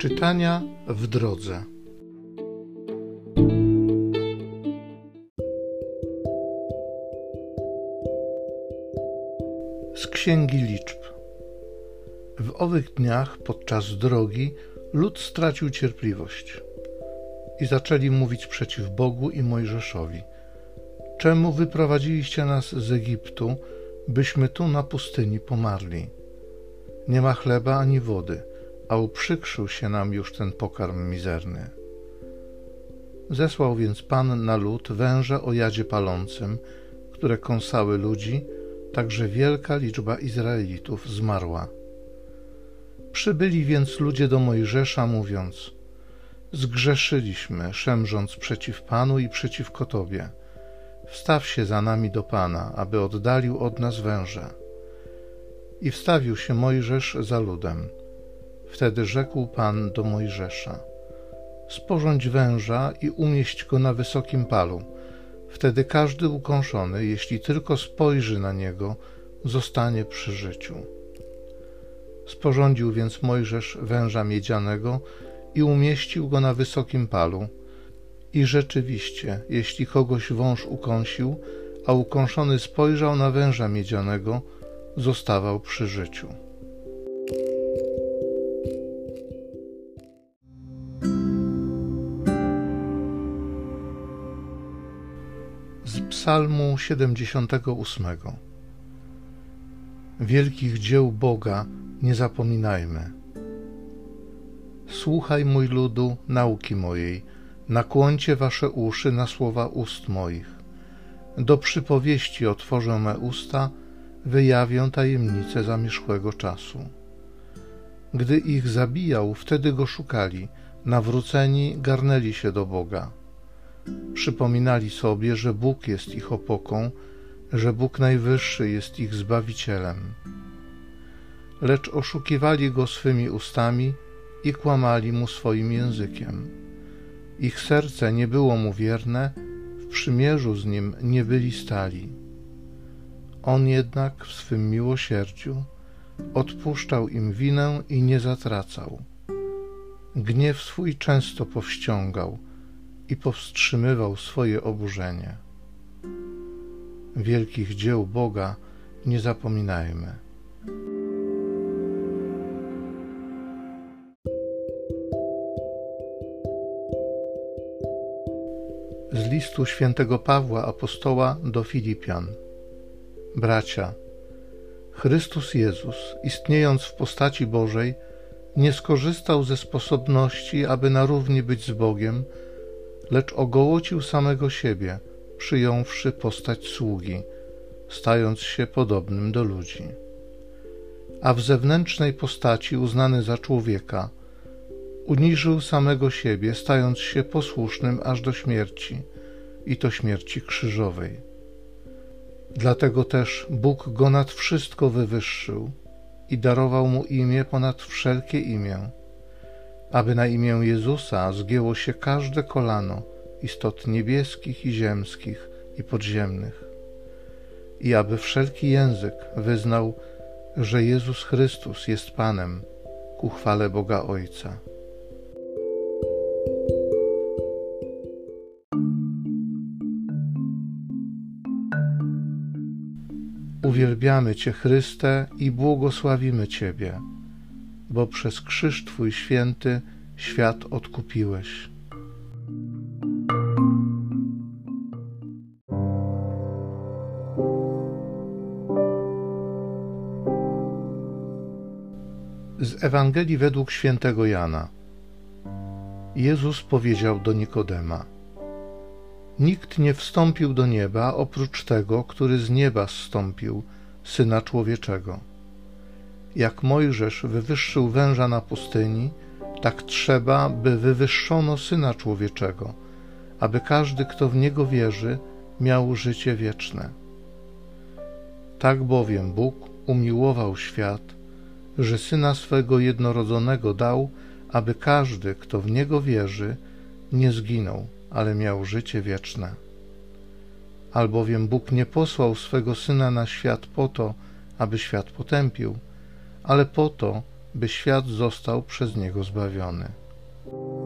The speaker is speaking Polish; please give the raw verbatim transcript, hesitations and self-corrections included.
Czytania w drodze. Z Księgi Liczb. W owych dniach podczas drogi lud stracił cierpliwość i zaczęli mówić przeciw Bogu i Mojżeszowi: czemu wyprowadziliście nas z Egiptu, byśmy tu na pustyni pomarli? Nie ma chleba ani wody, a uprzykrzył się nam już ten pokarm mizerny. Zesłał więc Pan na lud węże o jadzie palącym, które kąsały ludzi, tak że wielka liczba Izraelitów zmarła. Przybyli więc ludzie do Mojżesza, mówiąc: zgrzeszyliśmy, szemrząc przeciw Panu i przeciwko Tobie. Wstaw się za nami do Pana, aby oddalił od nas węże. I wstawił się Mojżesz za ludem. Wtedy rzekł Pan do Mojżesza: sporządź węża i umieść go na wysokim palu. Wtedy każdy ukąszony, jeśli tylko spojrzy na niego, zostanie przy życiu. Sporządził więc Mojżesz węża miedzianego i umieścił go na wysokim palu. I rzeczywiście, jeśli kogoś wąż ukąsił, a ukąszony spojrzał na węża miedzianego, zostawał przy życiu. Z Psalmu siedemdziesiątego ósmego. Wielkich dzieł Boga nie zapominajmy. Słuchaj, mój ludu, nauki mojej, nakłońcie wasze uszy na słowa ust moich. Do przypowieści otworzę me usta, wyjawię tajemnice zamierzchłego czasu. Gdy ich zabijał, wtedy go szukali, nawróceni garnęli się do Boga. Przypominali sobie, że Bóg jest ich opoką, że Bóg Najwyższy jest ich Zbawicielem. Lecz oszukiwali Go swymi ustami i kłamali Mu swoim językiem. Ich serce nie było Mu wierne, w przymierzu z Nim nie byli stali. On jednak w swym miłosierdziu odpuszczał im winę i nie zatracał. Gniew swój często powściągał i powstrzymywał swoje oburzenie. Wielkich dzieł Boga nie zapominajmy. Z listu świętego Pawła apostoła do Filipian. Bracia, Chrystus Jezus, istniejąc w postaci Bożej, nie skorzystał ze sposobności, aby na równi być z Bogiem, lecz ogołocił samego siebie, przyjąwszy postać sługi, stając się podobnym do ludzi. A w zewnętrznej postaci uznany za człowieka, uniżył samego siebie, stając się posłusznym aż do śmierci, i to śmierci krzyżowej. Dlatego też Bóg go nad wszystko wywyższył i darował mu imię ponad wszelkie imię, aby na imię Jezusa zgięło się każde kolano istot niebieskich i ziemskich i podziemnych, i aby wszelki język wyznał, że Jezus Chrystus jest Panem, ku chwale Boga Ojca. Uwielbiamy Cię, Chryste, i błogosławimy Ciebie, bo przez krzyż Twój święty świat odkupiłeś. Z Ewangelii według świętego Jana. Jezus powiedział do Nikodema: nikt nie wstąpił do nieba oprócz tego, który z nieba zstąpił, Syna Człowieczego. Jak Mojżesz wywyższył węża na pustyni, tak trzeba, by wywyższono Syna Człowieczego, aby każdy, kto w Niego wierzy, miał życie wieczne. Tak bowiem Bóg umiłował świat, że Syna swego jednorodzonego dał, aby każdy, kto w Niego wierzy, nie zginął, ale miał życie wieczne. Albowiem Bóg nie posłał swego Syna na świat po to, aby świat potępił, ale po to, by świat został przez Niego zbawiony.